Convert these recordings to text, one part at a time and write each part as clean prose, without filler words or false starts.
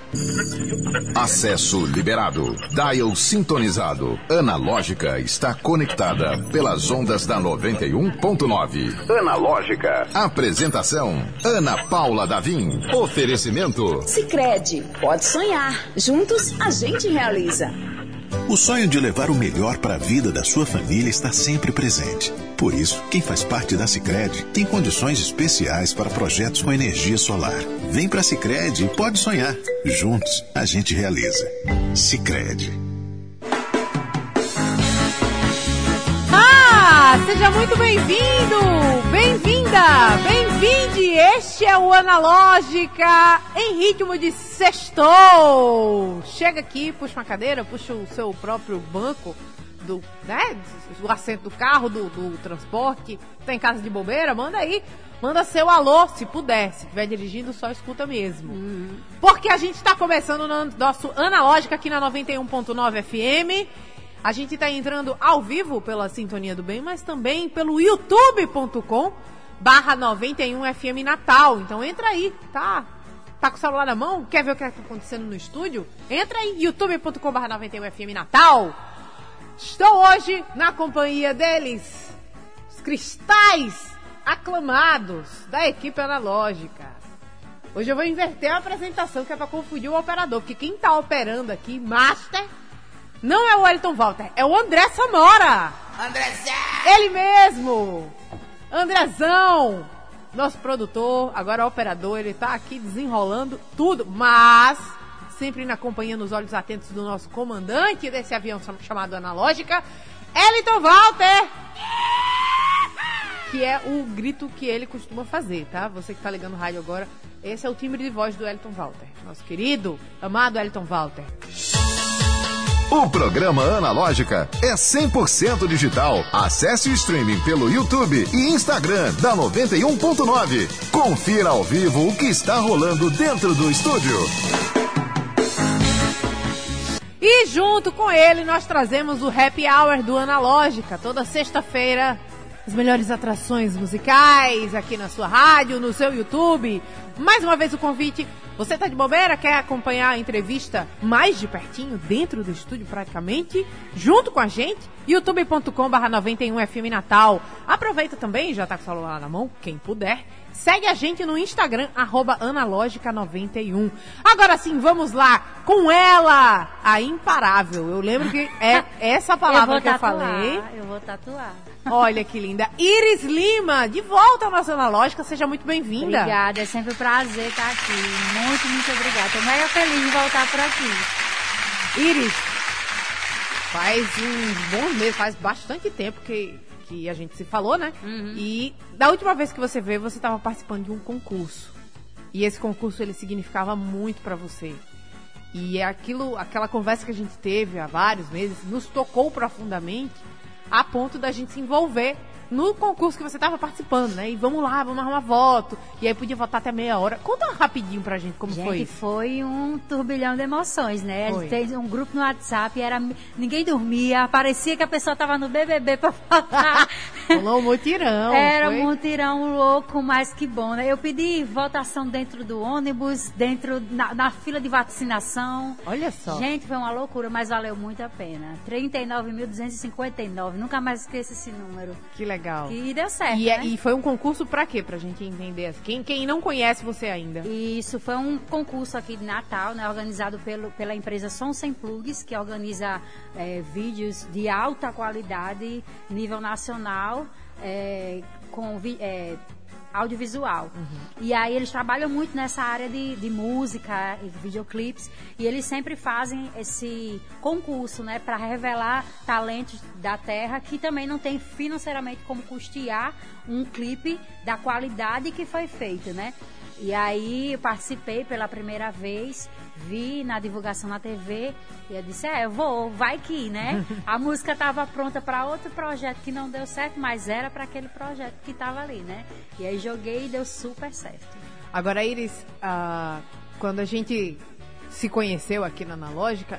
Acesso liberado. Dial sintonizado. Analógica está conectada pelas ondas da 91.9. Analógica. Apresentação: Ana Paula Davim. Oferecimento: Sicredi. Pode sonhar. Juntos a gente realiza. O sonho de levar o melhor para a vida da sua família está sempre presente. Por isso, quem faz parte da Sicredi tem condições especiais para projetos com energia solar. Vem para a Sicredi e pode sonhar. Juntos, a gente realiza. Sicredi. Seja muito bem-vindo, bem-vinda, bem-vinde. Este é o Analógica em ritmo de sextou. Chega aqui, puxa uma cadeira, puxa o seu próprio banco, do assento do carro, do transporte. Tá em casa de bobeira? Manda aí. Manda seu alô, se puder. Se estiver dirigindo, só escuta mesmo. Porque a gente está começando no nosso Analógica aqui na 91.9 FM. A gente está entrando ao vivo pela Sintonia do Bem, mas também pelo youtube.com/91FM Natal. Então entra aí, tá com o celular na mão? Quer ver o que está acontecendo no estúdio? Entra aí, youtube.com/91FM Natal. Estou hoje na companhia deles, os cristais aclamados da equipe analógica. Hoje eu vou inverter a apresentação, que é para confundir o operador, porque quem está operando aqui, master, não é o Wellington Walter, é o André Samora. Andrezão! Ele mesmo! Andrezão! Nosso produtor, agora operador, ele tá aqui desenrolando tudo, mas sempre na companhia, nos olhos atentos do nosso comandante desse avião chamado Analógica, Wellington Walter! Que é o grito que ele costuma fazer, tá? Você que tá ligando o rádio agora, esse é o timbre de voz do Wellington Walter. Nosso querido, amado Wellington Walter. O programa Analógica é 100% digital. Acesse o streaming pelo YouTube e Instagram da 91.9. Confira ao vivo o que está rolando dentro do estúdio. E junto com ele nós trazemos o Happy Hour do Analógica. Toda sexta-feira, as melhores atrações musicais aqui na sua rádio, no seu YouTube. Mais uma vez o convite. Você tá de bobeira? Quer acompanhar a entrevista mais de pertinho, dentro do estúdio praticamente, junto com a gente? youtube.com/91FM Natal. Aproveita também, já tá com o celular na mão, quem puder. Segue a gente no Instagram, @analógica91. Agora sim, vamos lá, com ela, a imparável. Eu lembro que é essa palavra que eu falei. Eu vou tatuar. Olha que linda. Iris Lima, de volta à nossa Analógica, seja muito bem-vinda. Obrigada, é sempre um prazer estar aqui. Muito, muito obrigada. Estou mega feliz de voltar por aqui. Iris, faz uns bons meses, faz bastante tempo que a gente se falou, né? E da última vez que você veio, você estava participando de um concurso. E esse concurso, ele significava muito para você. E aquela conversa que a gente teve há vários meses, nos tocou profundamente, a ponto da gente se envolver no concurso que você estava participando, né? E vamos lá, vamos arrumar voto. E aí podia votar até meia hora. Conta rapidinho pra gente como foi isso. Foi um turbilhão de emoções, né? Foi. A gente fez um grupo no WhatsApp, ninguém dormia, parecia que a pessoa estava no BBB pra votar. Rolou um mutirão. Era um mutirão louco, mas que bom, né? Eu pedi votação dentro do ônibus, na fila de vacinação. Olha só. Gente, foi uma loucura, mas valeu muito a pena. 39.259, nunca mais esqueço esse número. Que legal. E deu certo, né? E foi um concurso pra quê? Pra gente entender. Quem não conhece você ainda. Isso, foi um concurso aqui de Natal, né? Organizado pela empresa Som Sem Plugs, que organiza vídeos de alta qualidade, nível nacional, com audiovisual. E aí eles trabalham muito nessa área de música e videoclipes, e eles sempre fazem esse concurso, né, para revelar talentos da terra que também não tem financeiramente como custear um clipe da qualidade que foi feito, né? E aí eu participei pela primeira vez, vi na divulgação na TV e eu disse, eu vou, vai que, né? A música estava pronta para outro projeto que não deu certo, mas era para aquele projeto que estava ali, né? E aí joguei e deu super certo. Agora, Iris, quando a gente se conheceu aqui na Analógica,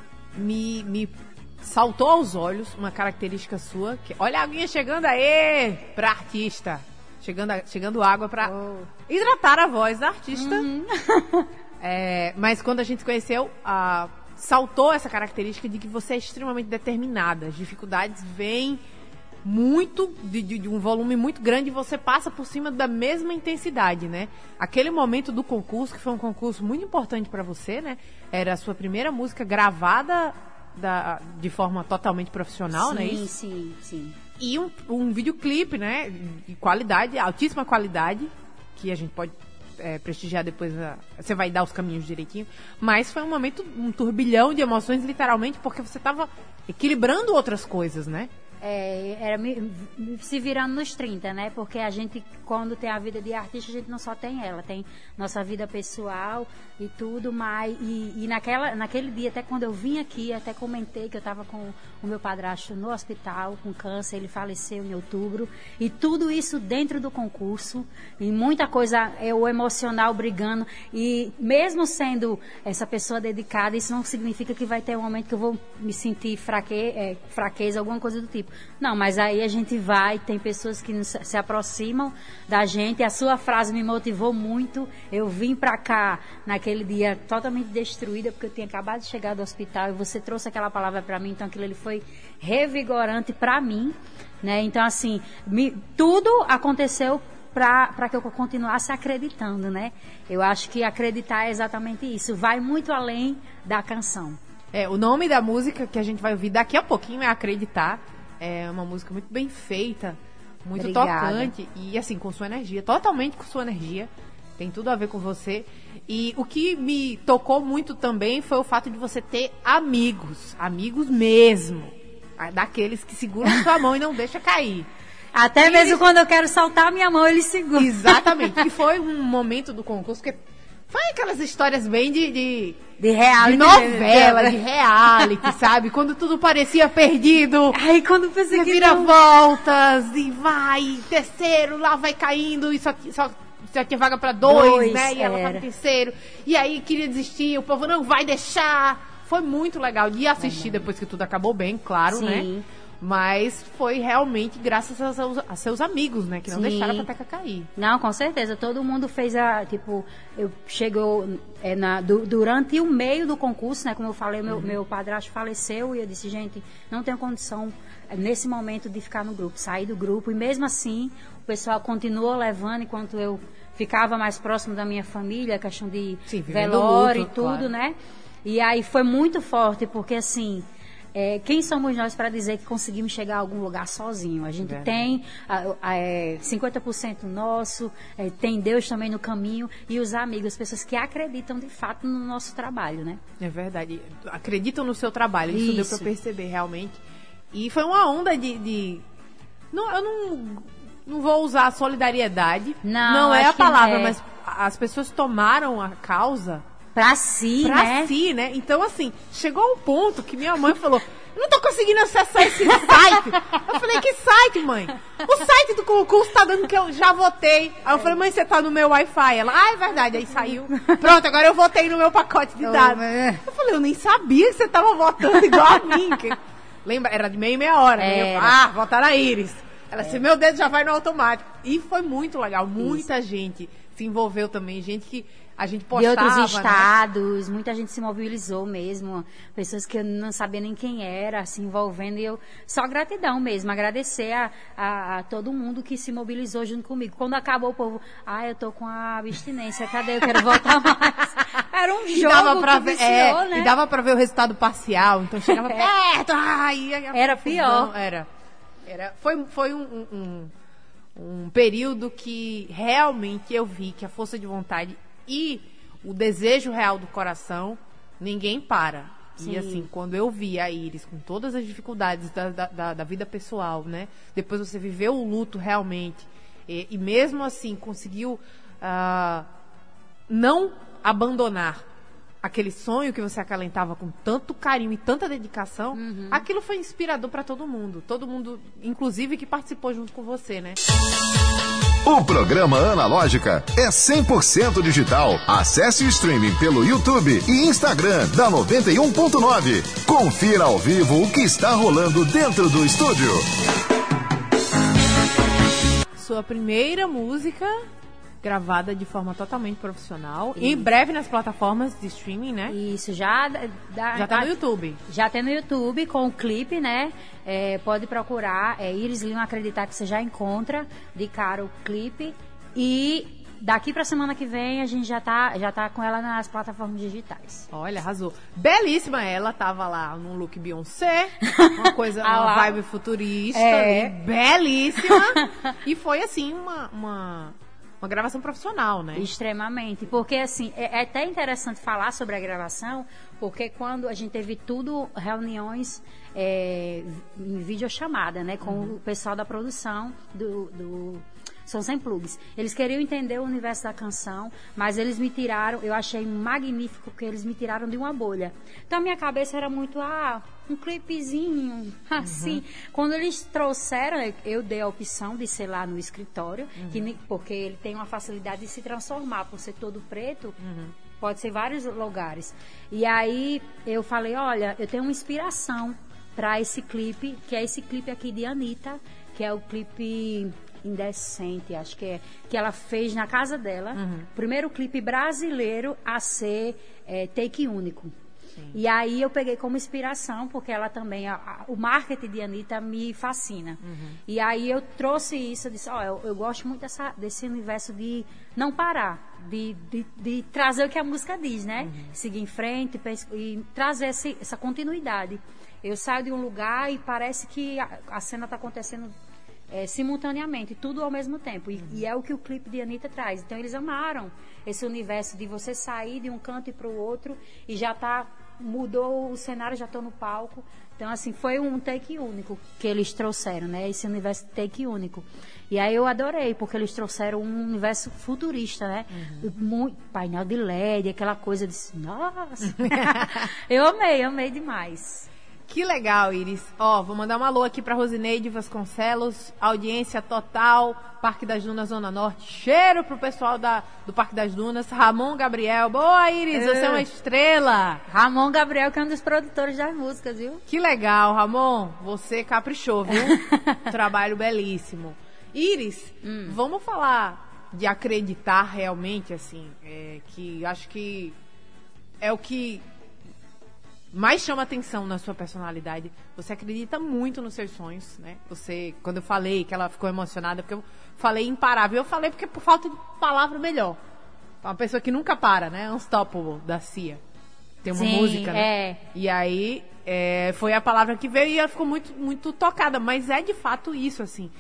me saltou aos olhos uma característica sua, que olha a aguinha chegando aí pra artista. Chegando água pra hidratar a voz da artista. Mas quando a gente se conheceu, saltou essa característica de que você é extremamente determinada. As dificuldades vêm muito, de um volume muito grande, e você passa por cima da mesma intensidade, né? Aquele momento do concurso, que foi um concurso muito importante para você, né? Era a sua primeira música gravada de forma totalmente profissional, né? Sim. E um videoclipe, né? De qualidade, altíssima qualidade, que a gente pode prestigiar depois. Você vai dar os caminhos direitinho. Mas foi um turbilhão de emoções, literalmente, porque você estava equilibrando outras coisas, né? Era se virando nos 30, né? Porque a gente, quando tem a vida de artista, a gente não só tem ela, tem nossa vida pessoal e tudo, mas naquele dia, até quando eu vim aqui, até comentei que eu estava com o meu padrasto no hospital com câncer, ele faleceu em outubro, e tudo isso dentro do concurso, e muita coisa, o emocional brigando, e mesmo sendo essa pessoa dedicada, isso não significa que vai ter um momento que eu vou me sentir fraqueza, alguma coisa do tipo. Não, mas aí a gente vai, tem pessoas que se aproximam da gente. A sua frase me motivou muito. Eu vim pra cá naquele dia totalmente destruída, porque eu tinha acabado de chegar do hospital, e você trouxe aquela palavra pra mim, então aquilo ali foi revigorante pra mim, né? Então, assim, tudo aconteceu para que eu continuasse acreditando, né? Eu acho que acreditar é exatamente isso, vai muito além da canção. O nome da música que a gente vai ouvir daqui a pouquinho é Acreditar. É uma música muito bem feita, muito Obrigada. Tocante, e assim, com sua energia, totalmente com sua energia, tem tudo a ver com você. E o que me tocou muito também foi o fato de você ter amigos mesmo, daqueles que seguram sua mão e não deixa cair. Até mesmo quando eu quero soltar a minha mão, ele segura. Exatamente, e foi um momento do concurso que foi aquelas histórias bem de reality, de novela, de reality, sabe? Quando tudo parecia perdido. Aí quando pensei que vira voltas e vai, terceiro, lá vai caindo, e só tinha vaga pra dois, né? E ela tava em terceiro. E aí queria desistir, o povo não vai deixar. Foi muito legal de assistir depois que tudo acabou bem, claro, Sim. né? Mas foi realmente graças a seus amigos, né? Que não Sim. deixaram a peteca cair. Não, com certeza. Todo mundo fez durante o meio do concurso, né? Como eu falei, meu padrasto faleceu, e eu disse, gente, não tenho condição nesse momento de ficar no grupo, sair do grupo. E mesmo assim, o pessoal continuou levando enquanto eu ficava mais próximo da minha família, a questão de velório luto, e tudo, claro. né? E aí foi muito forte, porque assim... quem somos nós para dizer que conseguimos chegar a algum lugar sozinho? A gente tem 50% nosso, tem Deus também no caminho, e os amigos, as pessoas que acreditam de fato no nosso trabalho, né? É verdade. Acreditam no seu trabalho, isso deu para perceber realmente. E foi uma onda Não, eu não vou usar a solidariedade, não é a palavra, mas as pessoas tomaram a causa pra si, né? Então, assim, chegou um ponto que minha mãe falou, eu não tô conseguindo acessar esse site. Eu falei, que site, mãe? O site do concurso tá dando que eu já votei. Aí eu falei, mãe, você tá no meu Wi-Fi? Ela, é verdade. Aí saiu. Pronto, agora eu votei no meu pacote de dados. Eu falei, eu nem sabia que você tava votando igual a mim. Lembra? Era de meia hora. Né? Votar na Iris. Ela disse, meu dedo já vai no automático. E foi muito legal. Muita gente se envolveu também. Gente que a gente postava, de outros estados, né? Muita gente se mobilizou mesmo, pessoas que eu não sabia nem quem era, se envolvendo, e eu, só gratidão mesmo, agradecer a todo mundo que se mobilizou junto comigo. Quando acabou, o povo, eu tô com a abstinência, cadê? Eu quero voltar mais. Era um jogo que viciou, né? E dava pra ver o resultado parcial, então chegava perto, era pior. Foi um período que realmente eu vi que a força de vontade e o desejo real do coração, ninguém para. Sim. E assim, quando eu vi a Iris com todas as dificuldades da vida pessoal, né? Depois você viveu o luto realmente. E mesmo assim, conseguiu não abandonar aquele sonho que você acalentava com tanto carinho e tanta dedicação. Aquilo foi inspirador para todo mundo. Todo mundo, inclusive, que participou junto com você, né? O programa Analógica é 100% digital. Acesse o streaming pelo YouTube e Instagram da 91.9. Confira ao vivo o que está rolando dentro do estúdio. Sua primeira música gravada de forma totalmente profissional. Em breve nas plataformas de streaming, né? Isso, já tá no YouTube. Já tem no YouTube com o clipe, né? Pode procurar, Iris Lima Acreditar, que você já encontra de cara o clipe. E daqui pra semana que vem a gente já tá com ela nas plataformas digitais. Olha, arrasou. Belíssima ela, tava lá num look Beyoncé, uma coisa, uma vibe futurista, ali, belíssima. E foi assim, uma gravação profissional, né? Extremamente, porque assim, é até interessante falar sobre a gravação, porque quando a gente teve reuniões em videochamada, né, com o pessoal da produção do Som Sem Plugs. Eles queriam entender o universo da canção, mas eles me tiraram, eu achei magnífico, porque eles me tiraram de uma bolha. Então, a minha cabeça era muito, um clipezinho, assim. Quando eles trouxeram, eu dei a opção de ser lá no escritório, porque ele tem uma facilidade de se transformar, por ser todo preto, pode ser vários lugares. E aí, eu falei, olha, eu tenho uma inspiração para esse clipe, que é esse clipe aqui de Anitta, que é o clipe Indecente, acho que ela fez na casa dela, primeiro clipe brasileiro a ser take único. Sim. E aí eu peguei como inspiração, porque ela também, o marketing de Anitta me fascina. E aí eu trouxe isso, eu disse, eu gosto muito desse universo de não parar, de trazer o que a música diz, né? Seguir em frente e trazer essa continuidade. Eu saio de um lugar e parece que a cena está acontecendo simultaneamente, tudo ao mesmo tempo. E é o que o clipe de Anitta traz. Então eles amaram esse universo de você sair de um canto e para o outro e mudou o cenário, já estou no palco. Então assim, foi um take único que eles trouxeram, né? Esse universo take único. E aí eu adorei, porque eles trouxeram um universo futurista, né? Muito, painel de LED, aquela coisa de... Nossa! Eu amei demais. Que legal, Iris. Vou mandar um alô aqui pra Rosineide Vasconcelos, audiência total, Parque das Dunas, Zona Norte. Cheiro pro pessoal do Parque das Dunas. Ramon Gabriel. Boa, Iris, você é uma estrela. Ramon Gabriel, que é um dos produtores das músicas, viu? Que legal, Ramon. Você caprichou, viu? Trabalho belíssimo. Iris, vamos falar de acreditar realmente, assim, que acho que é o que mais chama atenção na sua personalidade. Você acredita muito nos seus sonhos, né? Quando eu falei que ela ficou emocionada, porque eu falei imparável. Eu falei porque por falta de palavra melhor. Uma pessoa que nunca para, né? Unstoppable, da Cia. Tem uma música, né? E aí, foi a palavra que veio e ela ficou muito, muito tocada. Mas é de fato isso, assim.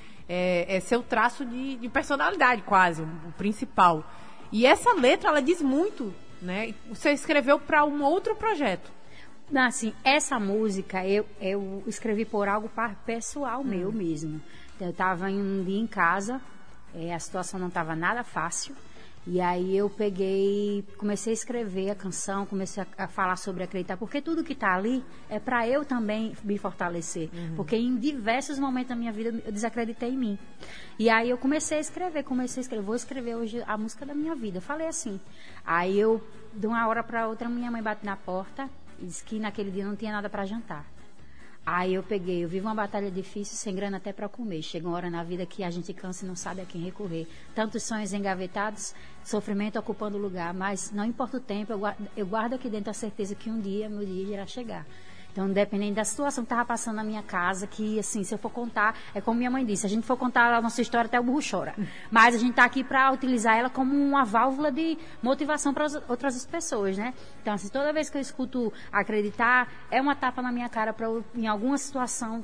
É seu traço de personalidade, quase, o principal. E essa letra, ela diz muito, né? Você escreveu para um outro projeto. Assim, essa música eu escrevi por algo pessoal meu mesmo. Eu estava um dia em casa, a situação não estava nada fácil, e aí eu comecei a escrever a canção, comecei a falar sobre acreditar, porque tudo que está ali é para eu também me fortalecer, porque em diversos momentos da minha vida eu desacreditei em mim. E aí eu comecei a escrever, vou escrever hoje a música da minha vida. Eu falei assim, aí eu, de uma hora para outra, minha mãe bate na porta, disse que naquele dia não tinha nada para jantar. Aí eu vivo uma batalha difícil, sem grana até para comer. Chega uma hora na vida que a gente cansa e não sabe a quem recorrer. Tantos sonhos engavetados, sofrimento ocupando lugar, mas não importa o tempo, eu guardo aqui dentro a certeza que um dia, meu dia irá chegar. Então, independente da situação que estava passando na minha casa, que, assim, se eu for contar, é como minha mãe disse, a gente for contar a nossa história, até o burro chora. Mas a gente está aqui para utilizar ela como uma válvula de motivação para outras pessoas, né? Então, assim, toda vez que eu escuto acreditar, é uma tapa na minha cara para em alguma situação,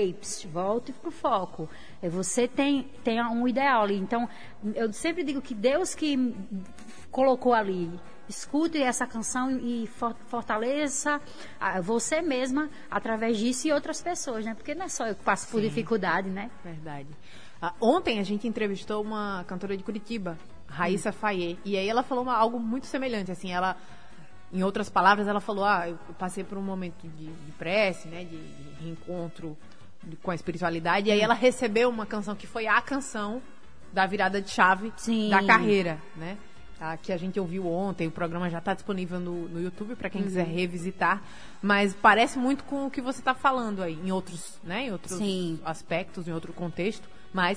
volte pro foco. Você tem um ideal ali. Então, eu sempre digo que Deus que colocou ali, escute essa canção e fortaleça você mesma através disso e outras pessoas, né? Porque não é só eu que passo por dificuldade, né? Verdade. Ontem a gente entrevistou uma cantora de Curitiba, Raíssa Fayet, e aí ela falou algo muito semelhante, assim, ela, em outras palavras, ela falou, eu passei por um momento de prece, né, de reencontro com a espiritualidade, e aí ela recebeu uma canção que foi a canção da virada de chave da carreira, né? Que a gente ouviu ontem, o programa já está disponível no YouTube para quem quiser revisitar, mas parece muito com o que você está falando aí, em outros aspectos, em outro contexto, mas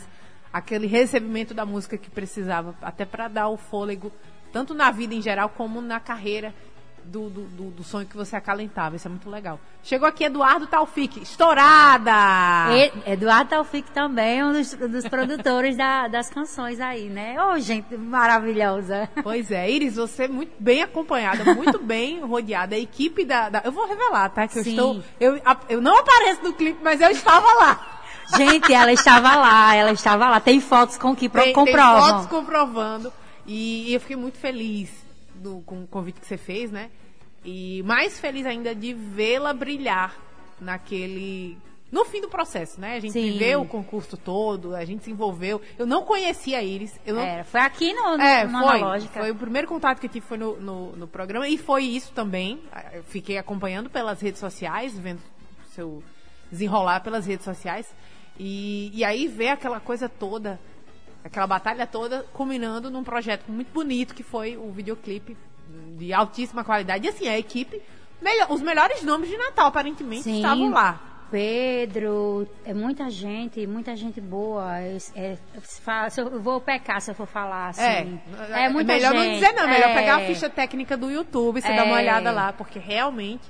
aquele recebimento da música que precisava, até para dar o fôlego, tanto na vida em geral, como na carreira do sonho que você acalentava. Isso é muito legal. Chegou aqui Eduardo Taufik, estourada! Eduardo Taufik também, um dos produtores das canções aí, né? Ô, gente maravilhosa. Pois é, Iris, você é muito bem acompanhada, muito bem rodeada. A equipe eu vou revelar, tá? Que eu não apareço no clipe, mas eu estava lá. Gente, ela estava lá. Tem fotos que comprovam. Tem fotos comprovando. E eu fiquei muito feliz com o convite que você fez, né? E mais feliz ainda de vê-la brilhar no fim do processo, né? A gente viveu o concurso todo, a gente se envolveu. Eu não conhecia a Iris. Foi aqui no Analógica. Foi o primeiro contato que eu tive, foi no programa. E foi isso também. Eu fiquei acompanhando pelas redes sociais, vendo o seu desenrolar pelas redes sociais. E aí ver aquela coisa toda, aquela batalha toda, culminando num projeto muito bonito, que foi o videoclipe de altíssima qualidade. E assim, a equipe, os melhores nomes de Natal, aparentemente, estavam lá. Pedro, muita gente boa. Eu vou pecar se eu for falar assim. Muita melhor gente. Não dizer não, melhor pegar a ficha técnica do YouTube, você dá uma olhada lá, porque realmente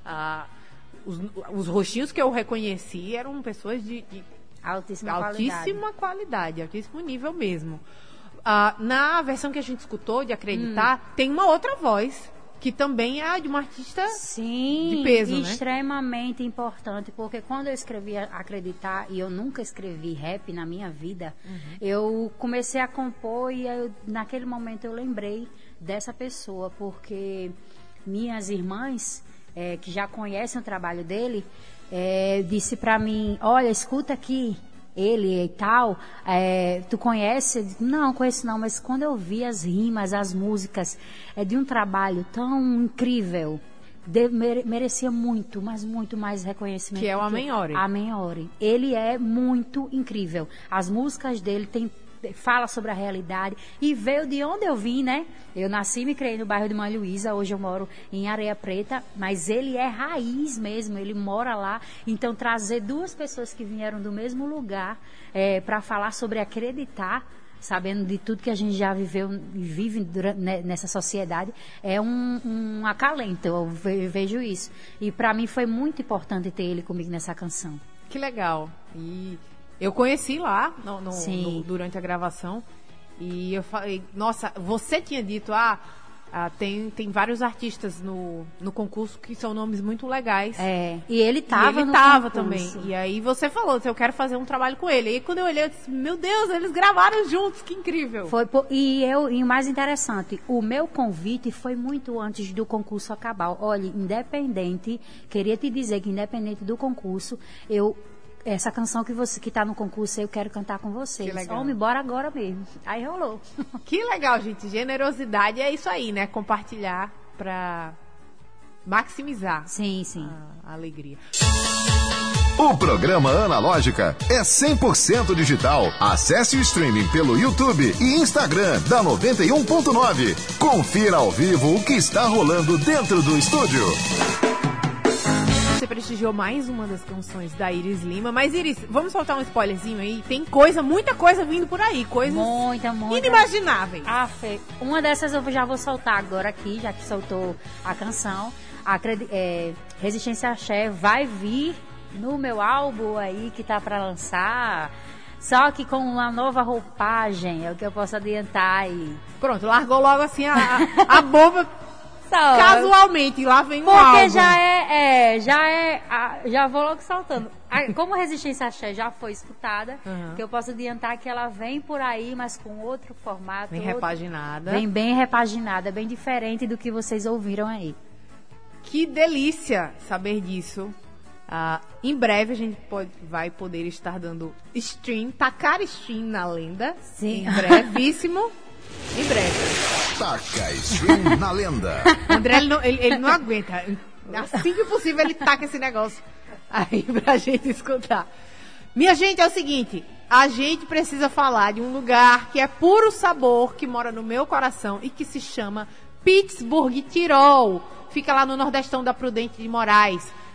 os rostinhos que eu reconheci eram pessoas de altíssima qualidade, altíssimo nível mesmo. Na versão que a gente escutou, de Acreditar, tem uma outra voz, que também é de uma artista de peso, né? Extremamente importante, porque quando eu escrevi Acreditar, e eu nunca escrevi rap na minha vida, eu comecei a compor e naquele momento eu lembrei dessa pessoa, porque minhas irmãs, que já conhecem o trabalho dele, disse pra mim, olha, escuta aqui ele e tal, tu conhece? Eu digo, não, conheço não, mas quando eu vi as rimas, as músicas, de um trabalho tão incrível, merecia muito, mas muito mais reconhecimento. Que é o Amenhore. Amenhore. Ele é muito incrível. As músicas dele fala sobre a realidade e veio de onde eu vim, né? Eu nasci e me criei no bairro de Mãe Luísa, hoje eu moro em Areia Preta, mas ele é raiz mesmo, ele mora lá. Então trazer duas pessoas que vieram do mesmo lugar para falar sobre acreditar, sabendo de tudo que a gente já viveu e vive nessa sociedade, é um acalento, eu vejo isso. E para mim foi muito importante ter ele comigo nessa canção. Que legal. E eu conheci lá durante a gravação e eu falei, nossa, você tinha dito, tem vários artistas no concurso que são nomes muito legais. E ele estava no concurso também. E aí você falou, eu quero fazer um trabalho com ele. E aí quando eu olhei, eu disse, meu Deus, eles gravaram juntos, que incrível. E o mais interessante, o meu convite foi muito antes do concurso acabar. Olha, queria te dizer que independente do concurso, essa canção que está no concurso, eu quero cantar com vocês. Homem, bora agora mesmo. Aí rolou. Que legal, gente. Generosidade é isso aí, né? Compartilhar para maximizar a alegria. O programa Analógica é 100% digital. Acesse o streaming pelo YouTube e Instagram da 91.9. Confira ao vivo o que está rolando dentro do estúdio. Você prestigiou mais uma das canções da Iris Lima. Mas, Iris, vamos soltar um spoilerzinho aí? Tem muita coisa vindo por aí. Coisas inimagináveis. Uma dessas eu já vou soltar agora aqui, já que soltou a canção. Resistência Axé vai vir no meu álbum aí que tá pra lançar. Só que com uma nova roupagem, é o que eu posso adiantar aí. Pronto, largou logo assim a bomba... Casualmente, lá vem um álbum. Porque já vou logo saltando. Como Resistência Axé já foi escutada, que eu posso adiantar que ela vem por aí, mas com outro formato. Repaginada. Vem bem repaginada, bem diferente do que vocês ouviram aí. Que delícia saber disso. Em breve a gente vai poder estar dando tacar stream na Lenda. Sim. Em brevíssimo. Em breve. Taca stream na Lenda. André, ele não aguenta. Assim que possível, ele taca esse negócio aí pra gente escutar. Minha gente, é o seguinte. A gente precisa falar de um lugar que é puro sabor, que mora no meu coração e que se chama Pittsburgh Tirol. Fica lá no Nordestão da Prudente de Moraes.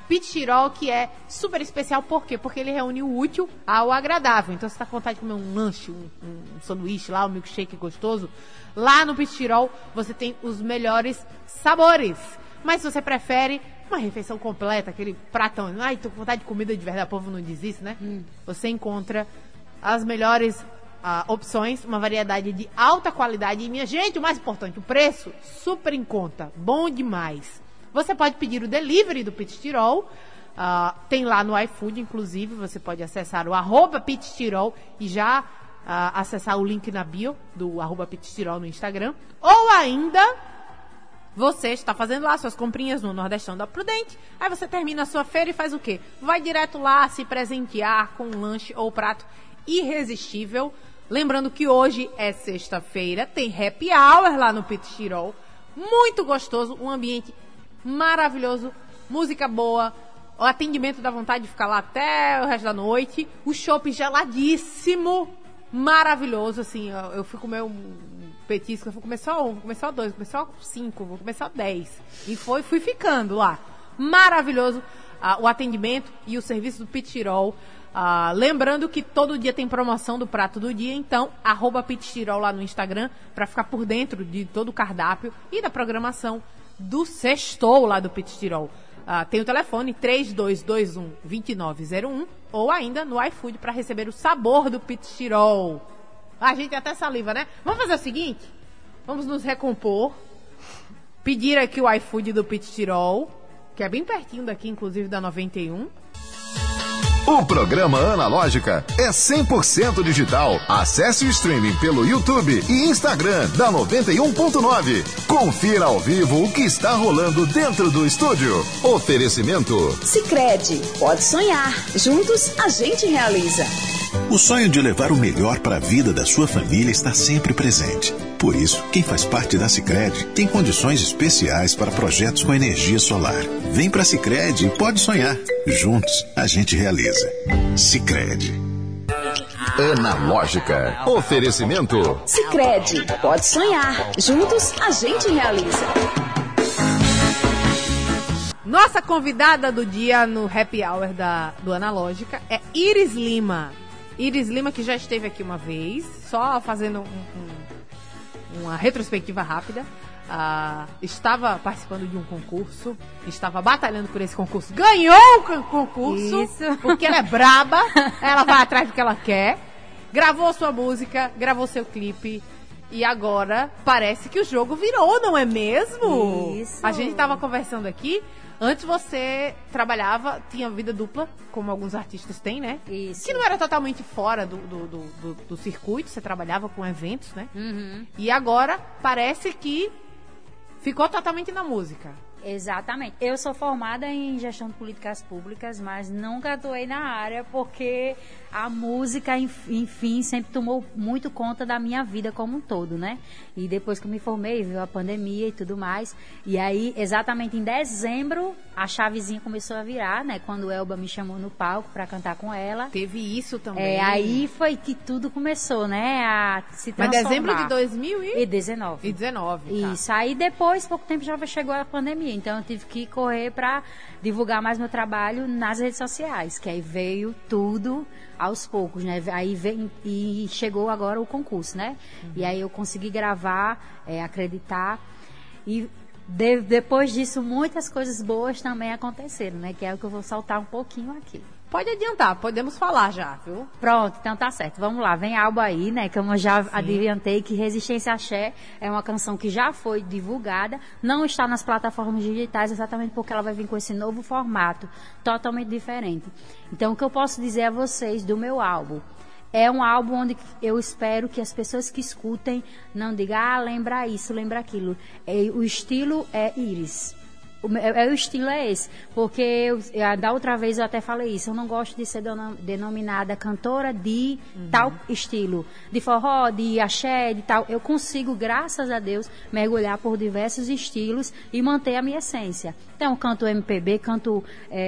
Pitirol, que é super especial, por quê? Porque ele reúne o útil ao agradável. Então, você tá com vontade de comer um lanche, um sanduíche lá, um milkshake gostoso, lá no Pitirol você tem os melhores sabores. Mas se você prefere uma refeição completa, aquele pratão, ai, tô com vontade de comida de verdade, o povo não diz isso, né? Você encontra as melhores opções, uma variedade de alta qualidade. E, minha gente, o mais importante, o preço super em conta, bom demais. Você pode pedir o delivery do Pitirol, tem lá no iFood, inclusive, você pode acessar o @Pitirol e já acessar o link na bio do @Pitirol no Instagram. Ou ainda, você está fazendo lá suas comprinhas no Nordestão da Prudente, aí você termina a sua feira e faz o quê? Vai direto lá se presentear com um lanche ou prato irresistível. Lembrando que hoje é sexta-feira, tem happy hour lá no Pitirol, muito gostoso, um ambiente maravilhoso, música boa, o atendimento dá vontade de ficar lá até o resto da noite, o chopp geladíssimo, maravilhoso, assim, eu fui comer um petisco, eu fui comer só um, vou comer só dois, vou comer só 5, vou comer só 10, e fui ficando lá, maravilhoso, o atendimento e o serviço do Pitirol. Lembrando que todo dia tem promoção do prato do dia, então @Pitirol lá no Instagram para ficar por dentro de todo o cardápio e da programação do Sextou lá do Pitirol. Tem o telefone 3221-2901 ou ainda no iFood para receber o sabor do Pitirol. A gente até saliva, né? Vamos fazer o seguinte, vamos nos recompor, pedir aqui o iFood do Pitirol, que é bem pertinho daqui, inclusive da 91. O programa Analógica é 100% digital. Acesse o streaming pelo YouTube e Instagram da 91.9. Confira ao vivo o que está rolando dentro do estúdio. Oferecimento Sicredi, pode sonhar. Juntos a gente realiza. O sonho de levar o melhor para a vida da sua família está sempre presente. Por isso, quem faz parte da Sicredi tem condições especiais para projetos com energia solar. Vem para a Sicredi e pode sonhar. Juntos, a gente realiza. Sicredi. Analógica. Oferecimento Sicredi, pode sonhar. Juntos a gente realiza. Nossa convidada do dia no happy hour do Analógica é Iris Lima. Iris Lima, que já esteve aqui uma vez, só fazendo uma retrospectiva rápida. Estava participando de um concurso, estava batalhando por esse concurso, ganhou o concurso. Isso. Porque ela é braba, ela vai atrás do que ela quer, gravou sua música, gravou seu clipe e agora parece que o jogo virou, não é mesmo? Isso. A gente estava conversando aqui. Antes você trabalhava, tinha vida dupla, como alguns artistas têm, né? Isso. Que não era totalmente fora do circuito, você trabalhava com eventos, né? Uhum. E agora parece que ficou totalmente na música. Exatamente. Eu sou formada em gestão de políticas públicas, mas nunca atuei na área porque a música, enfim, sempre tomou muito conta da minha vida como um todo, né? E depois que eu me formei, veio a pandemia e tudo mais. E aí, exatamente em dezembro, a chavezinha começou a virar, né? Quando Elba me chamou no palco para cantar com ela. Teve isso também. Aí foi que tudo começou, né? A se transformar. Mas dezembro de 2019. 19. Tá. Isso. Aí depois, pouco tempo, já chegou a pandemia. Então eu tive que correr para divulgar mais meu trabalho nas redes sociais, que aí veio tudo aos poucos, né? Aí veio, e chegou agora o concurso, né? Uhum. E aí eu consegui gravar, acreditar. E depois disso, muitas coisas boas também aconteceram, né? Que é o que eu vou saltar um pouquinho aqui. Pode adiantar, podemos falar já, viu? Pronto, então tá certo. Vamos lá, vem álbum aí, né? Como eu já adiantei, que Resistência Axé é uma canção que já foi divulgada, não está nas plataformas digitais, exatamente porque ela vai vir com esse novo formato, totalmente diferente. Então, o que eu posso dizer a vocês do meu álbum? É um álbum onde eu espero que as pessoas que escutem não digam, lembra isso, lembra aquilo. O estilo é Iris. O estilo é esse, porque da outra vez eu até falei isso, eu não gosto de ser denominada cantora de tal estilo, de forró, de axé, de tal. Eu consigo, graças a Deus, mergulhar por diversos estilos e manter a minha essência. Então, canto MPB, canto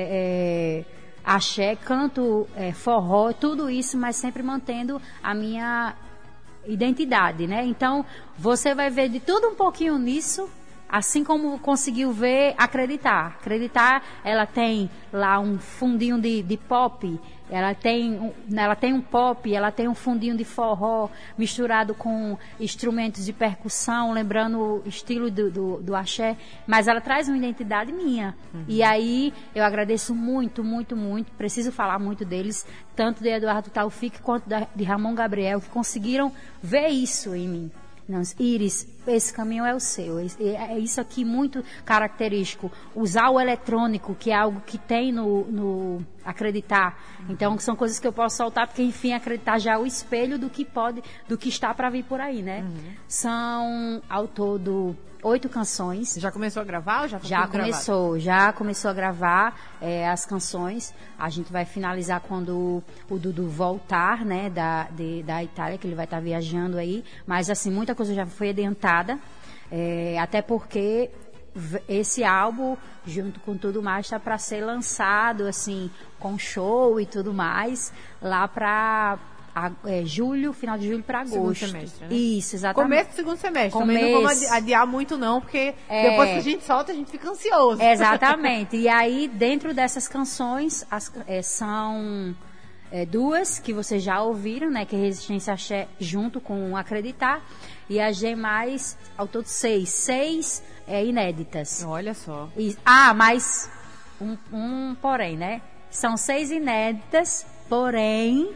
axé, canto forró, tudo isso, mas sempre mantendo a minha identidade, né? Então, você vai ver de tudo um pouquinho nisso, assim como conseguiu ver, acreditar. Acreditar, ela tem lá um fundinho de pop, ela tem um pop, ela tem um fundinho de forró misturado com instrumentos de percussão, lembrando o estilo do axé, mas ela traz uma identidade minha. E aí eu agradeço muito, muito, muito, preciso falar muito deles, tanto de Eduardo Taufik quanto de Ramon Gabriel, que conseguiram ver isso em mim. Não, Iris, esse caminho é o seu. É isso aqui muito característico. Usar o eletrônico, que é algo que tem no acreditar. Então, são coisas que eu posso soltar, porque, enfim, acreditar já é o espelho do que está para vir por aí, né? São, ao todo, 8 canções. Já começou a gravar ou já Já começou a gravar as canções. A gente vai finalizar quando o Dudu voltar, né, da Itália, que ele vai estar viajando aí. Mas, assim, muita coisa já foi adiantada. Até porque esse álbum, junto com tudo mais, está para ser lançado, assim, com show e tudo mais, lá para julho, final de julho para agosto. Segundo semestre, né? Isso, exatamente. Começo do segundo semestre. Também não vamos adiar muito não, porque depois que a gente solta, a gente fica ansioso. Exatamente. E aí, dentro dessas canções, são 2 que vocês já ouviram, né? Que é Resistência Axé, junto com Acreditar. E a G+, ao todo 6. 6 inéditas. Olha só. Mas um porém, né? São 6 inéditas, porém...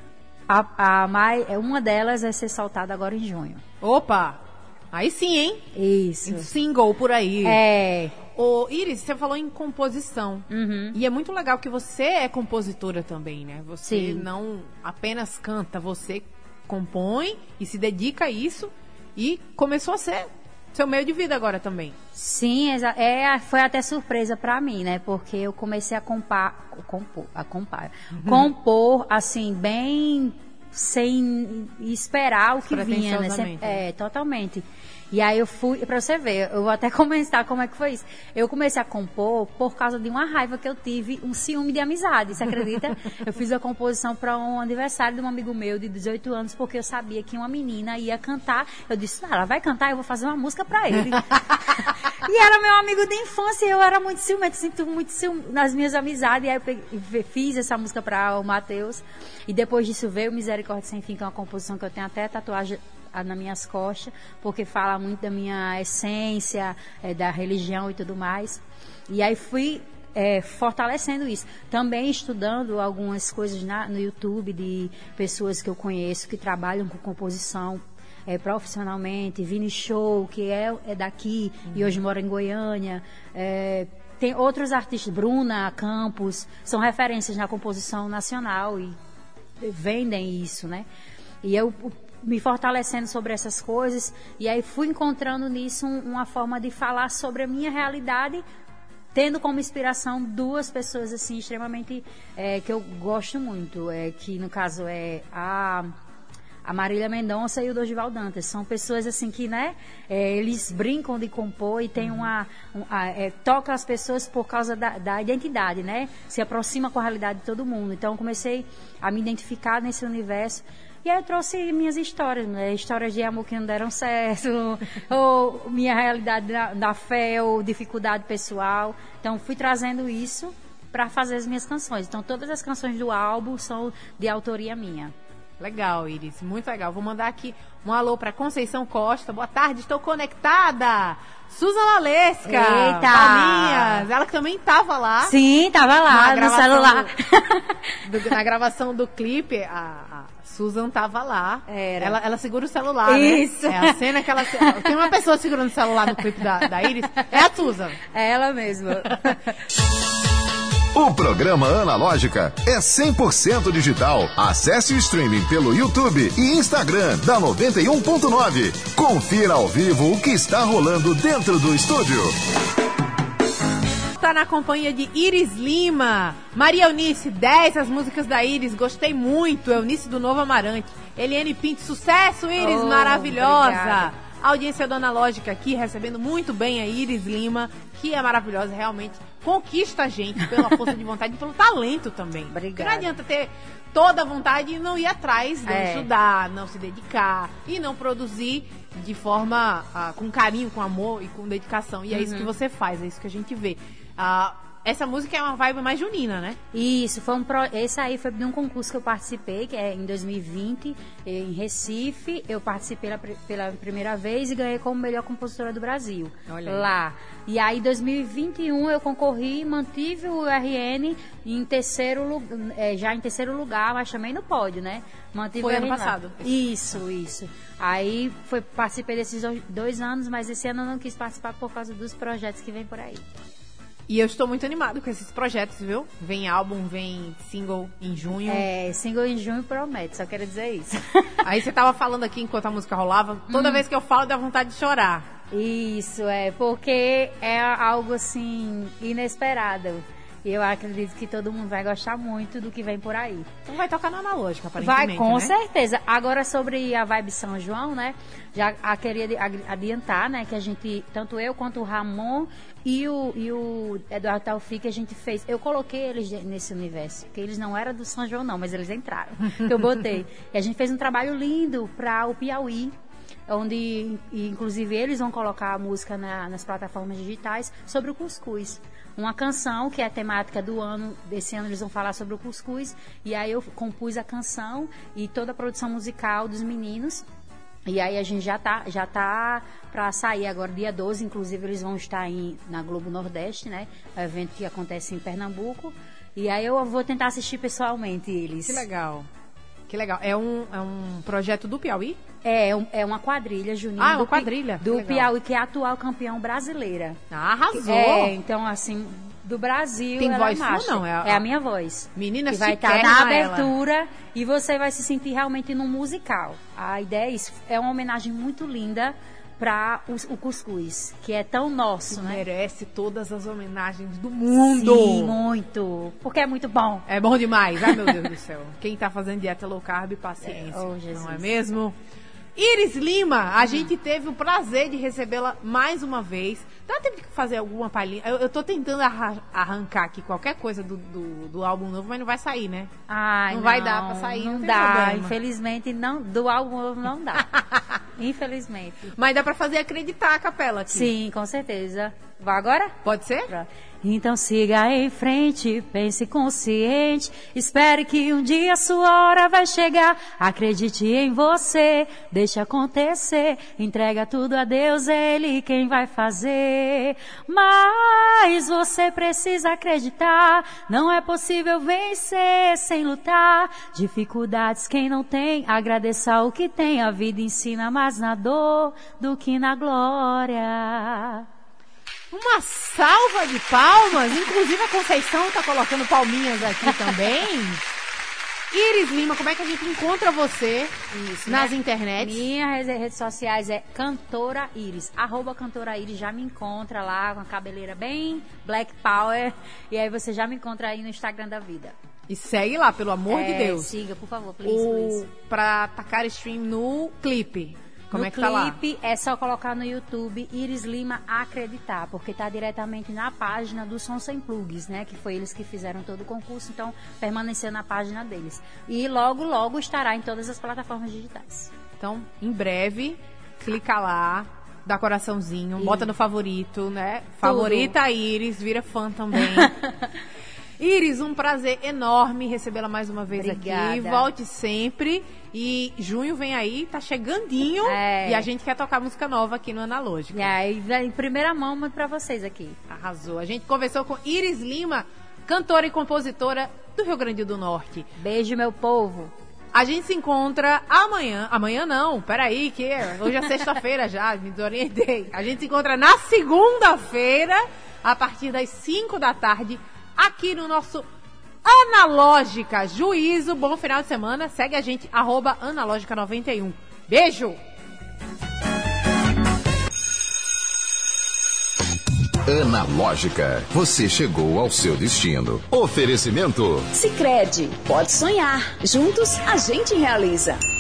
uma delas vai ser soltada agora em junho. Opa! Aí sim, hein? Isso. Single por aí. Ô, Iris, você falou em composição. E é muito legal que você é compositora também, né? Você não apenas canta, você compõe e se dedica a isso. E começou a ser seu meio de vida agora também. Sim, foi até surpresa pra mim, né? Porque eu comecei a compor, assim, bem sem esperar o que vinha, né? Totalmente. E aí eu fui, pra você ver, eu vou até comentar como é que foi isso. Eu comecei a compor por causa de uma raiva que eu tive, um ciúme de amizade, você acredita? Eu fiz a composição para um aniversário de um amigo meu de 18 anos, porque eu sabia que uma menina ia cantar. Eu disse, ela vai cantar, eu vou fazer uma música para ele. E era meu amigo de infância, e eu era muito ciumenta, sinto muito ciúme nas minhas amizades. E aí eu fiz essa música para o Matheus. E depois disso veio Misericórdia Sem Fim, que é uma composição que eu tenho até tatuagem nas minhas costas, porque fala muito da minha essência, da religião e tudo mais. E aí fui fortalecendo isso. Também estudando algumas coisas no YouTube de pessoas que eu conheço que trabalham com composição profissionalmente. Vini Show, que é daqui e hoje mora em Goiânia. Tem outros artistas, Bruna Campos, são referências na composição nacional e vendem isso, né? E eu me fortalecendo sobre essas coisas, e aí fui encontrando nisso uma forma de falar sobre a minha realidade, tendo como inspiração 2 pessoas assim extremamente que eu gosto muito, que no caso é a Marília Mendonça e o Dorival Dantas. São pessoas assim que, né, eles brincam de compor e tem toca as pessoas por causa da identidade, né? Se aproxima com a realidade de todo mundo. Então eu comecei a me identificar nesse universo. E aí eu trouxe minhas histórias, né? Histórias de amor que não deram certo, ou minha realidade da fé, ou dificuldade pessoal. Então fui trazendo isso para fazer as minhas canções. Então todas as canções do álbum são de autoria minha. Legal, Iris, muito legal. Vou mandar aqui um alô para Conceição Costa. Boa tarde, estou conectada. Susan Lalesca. Eita! Palminhas. Ela que também estava lá. Sim, estava lá no celular. Na gravação do clipe, a Susan estava lá. Ela segura o celular, isso. Né? É a cena que ela... Tem uma pessoa segurando o celular no clipe da Iris. É a Susan. É ela mesma. O programa Analógica é 100% digital. Acesse o streaming pelo YouTube e Instagram da 91.9. Confira ao vivo o que está rolando dentro do estúdio. Tá na companhia de Iris Lima. Maria Eunice, 10 as músicas da Iris, gostei muito. Eunice do Novo Amarante. Eliane Pinto, sucesso, Iris, maravilhosa. Obrigada. A audiência do Analógica aqui, recebendo muito bem a Iris Lima, que é maravilhosa, realmente conquista a gente pela força de vontade e pelo talento também. Obrigada. Não adianta ter toda a vontade e não ir atrás, não estudar, não se dedicar e não produzir de forma com carinho, com amor e com dedicação. E é isso que você faz, é isso que a gente vê. Essa música é uma vibe mais junina, né? Isso, esse aí foi de um concurso que eu participei, que é em 2020, em Recife. Eu participei pela primeira vez e ganhei como melhor compositora do Brasil. Olha aí. Lá. E aí, em 2021, eu concorri, mantive o RN já em terceiro lugar, mas também no pódio, né? Mantive Foi o ano RN passado. Isso. Aí participei desses 2 anos, mas esse ano eu não quis participar por causa dos projetos que vem por aí. E eu estou muito animado com esses projetos, viu? Vem álbum, vem single em junho. Single em junho promete, só quero dizer isso. Aí você tava falando aqui enquanto a música rolava, toda vez que eu falo dá vontade de chorar. Isso, porque é algo assim inesperado. E eu acredito que todo mundo vai gostar muito do que vem por aí. Então vai tocar na Analógica, aparentemente, vai, com né? certeza. Agora, sobre a vibe São João, né? Já queria adiantar, né? Que a gente, tanto eu quanto o Ramon e o Eduardo Taufik, a gente fez... Eu coloquei eles nesse universo, porque eles não eram do São João, não, mas eles entraram. Eu botei. E a gente fez um trabalho lindo para o Piauí, onde, inclusive, eles vão colocar a música nas plataformas digitais sobre o cuscuz. Uma canção que é a temática do ano, desse ano eles vão falar sobre o cuscuz, e aí eu compus a canção e toda a produção musical dos meninos, e aí a gente já tá para sair agora, dia 12, inclusive eles vão estar na Globo Nordeste, né, evento que acontece em Pernambuco, e aí eu vou tentar assistir pessoalmente eles. Que legal. Que legal. É um projeto do Piauí? É uma quadrilha junina. Ah, é uma quadrilha. Do Piauí, que é a atual campeão brasileira. Arrasou. Então, assim, do Brasil. Tem voz sua, não? É a minha voz. Menina, que vai estar na abertura e você vai se sentir realmente num musical. A ideia é isso. É uma homenagem muito linda para o cuscuz, que é tão nosso, né? Merece todas as homenagens do mundo. Sim, muito. Porque é muito bom. É bom demais. Ai, meu Deus do céu. Quem tá fazendo dieta low carb, paciência. Jesus. Não é mesmo? Iris Lima, a gente teve o prazer de recebê-la mais uma vez. Dá tempo de fazer alguma palhinha? Eu tô tentando arrancar aqui qualquer coisa do álbum novo, mas não vai sair, né? Ai, não vai dar pra sair, não tem dá. problema. Infelizmente, do álbum novo não dá. Infelizmente. Mas dá pra fazer acreditar a capela aqui. Sim, com certeza. Vai agora? Pode ser? Então siga em frente, pense consciente, espere que um dia a sua hora vai chegar, acredite em você, deixe acontecer, entrega tudo a Deus, é Ele quem vai fazer, mas você precisa acreditar, não é possível vencer sem lutar, dificuldades quem não tem, agradeça o que tem, a vida ensina mais na dor do que na glória. Uma salva de palmas, inclusive a Conceição tá colocando palminhas aqui também. Iris Lima, como é que a gente encontra você nas internets? Minhas redes sociais é Cantora Iris, @Cantora Iris, já me encontra lá com a cabeleira bem Black Power, e aí você já me encontra aí no Instagram da vida. E segue lá, pelo amor de Deus. Siga, por favor, please. Pra tacar stream no clipe. Como é que tá lá? No clipe é só colocar no YouTube Iris Lima Acreditar, porque tá diretamente na página do Som Sem Plugs, né? Que foi eles que fizeram todo o concurso, então permaneceu na página deles. E logo, logo estará em todas as plataformas digitais. Então, em breve, clica lá, dá coraçãozinho, bota no favorito, né? Favorita a Iris, vira fã também. Iris, um prazer enorme recebê-la mais uma vez. Obrigada. Aqui. Volte sempre. E junho vem aí, tá chegandinho. E a gente quer tocar música nova aqui no Analógico. E em primeira mão, muito pra vocês aqui. Arrasou. A gente conversou com Iris Lima, cantora e compositora do Rio Grande do Norte. Beijo, meu povo. A gente se encontra amanhã. Amanhã não, peraí, que hoje é sexta-feira já, me desorientei. A gente se encontra na segunda-feira, a partir das 5 da tarde, aqui no nosso Analógica. Juízo, bom final de semana. Segue a gente, @Analógica91. Beijo! Analógica, você chegou ao seu destino. Oferecimento Sicredi, pode sonhar. Juntos a gente realiza.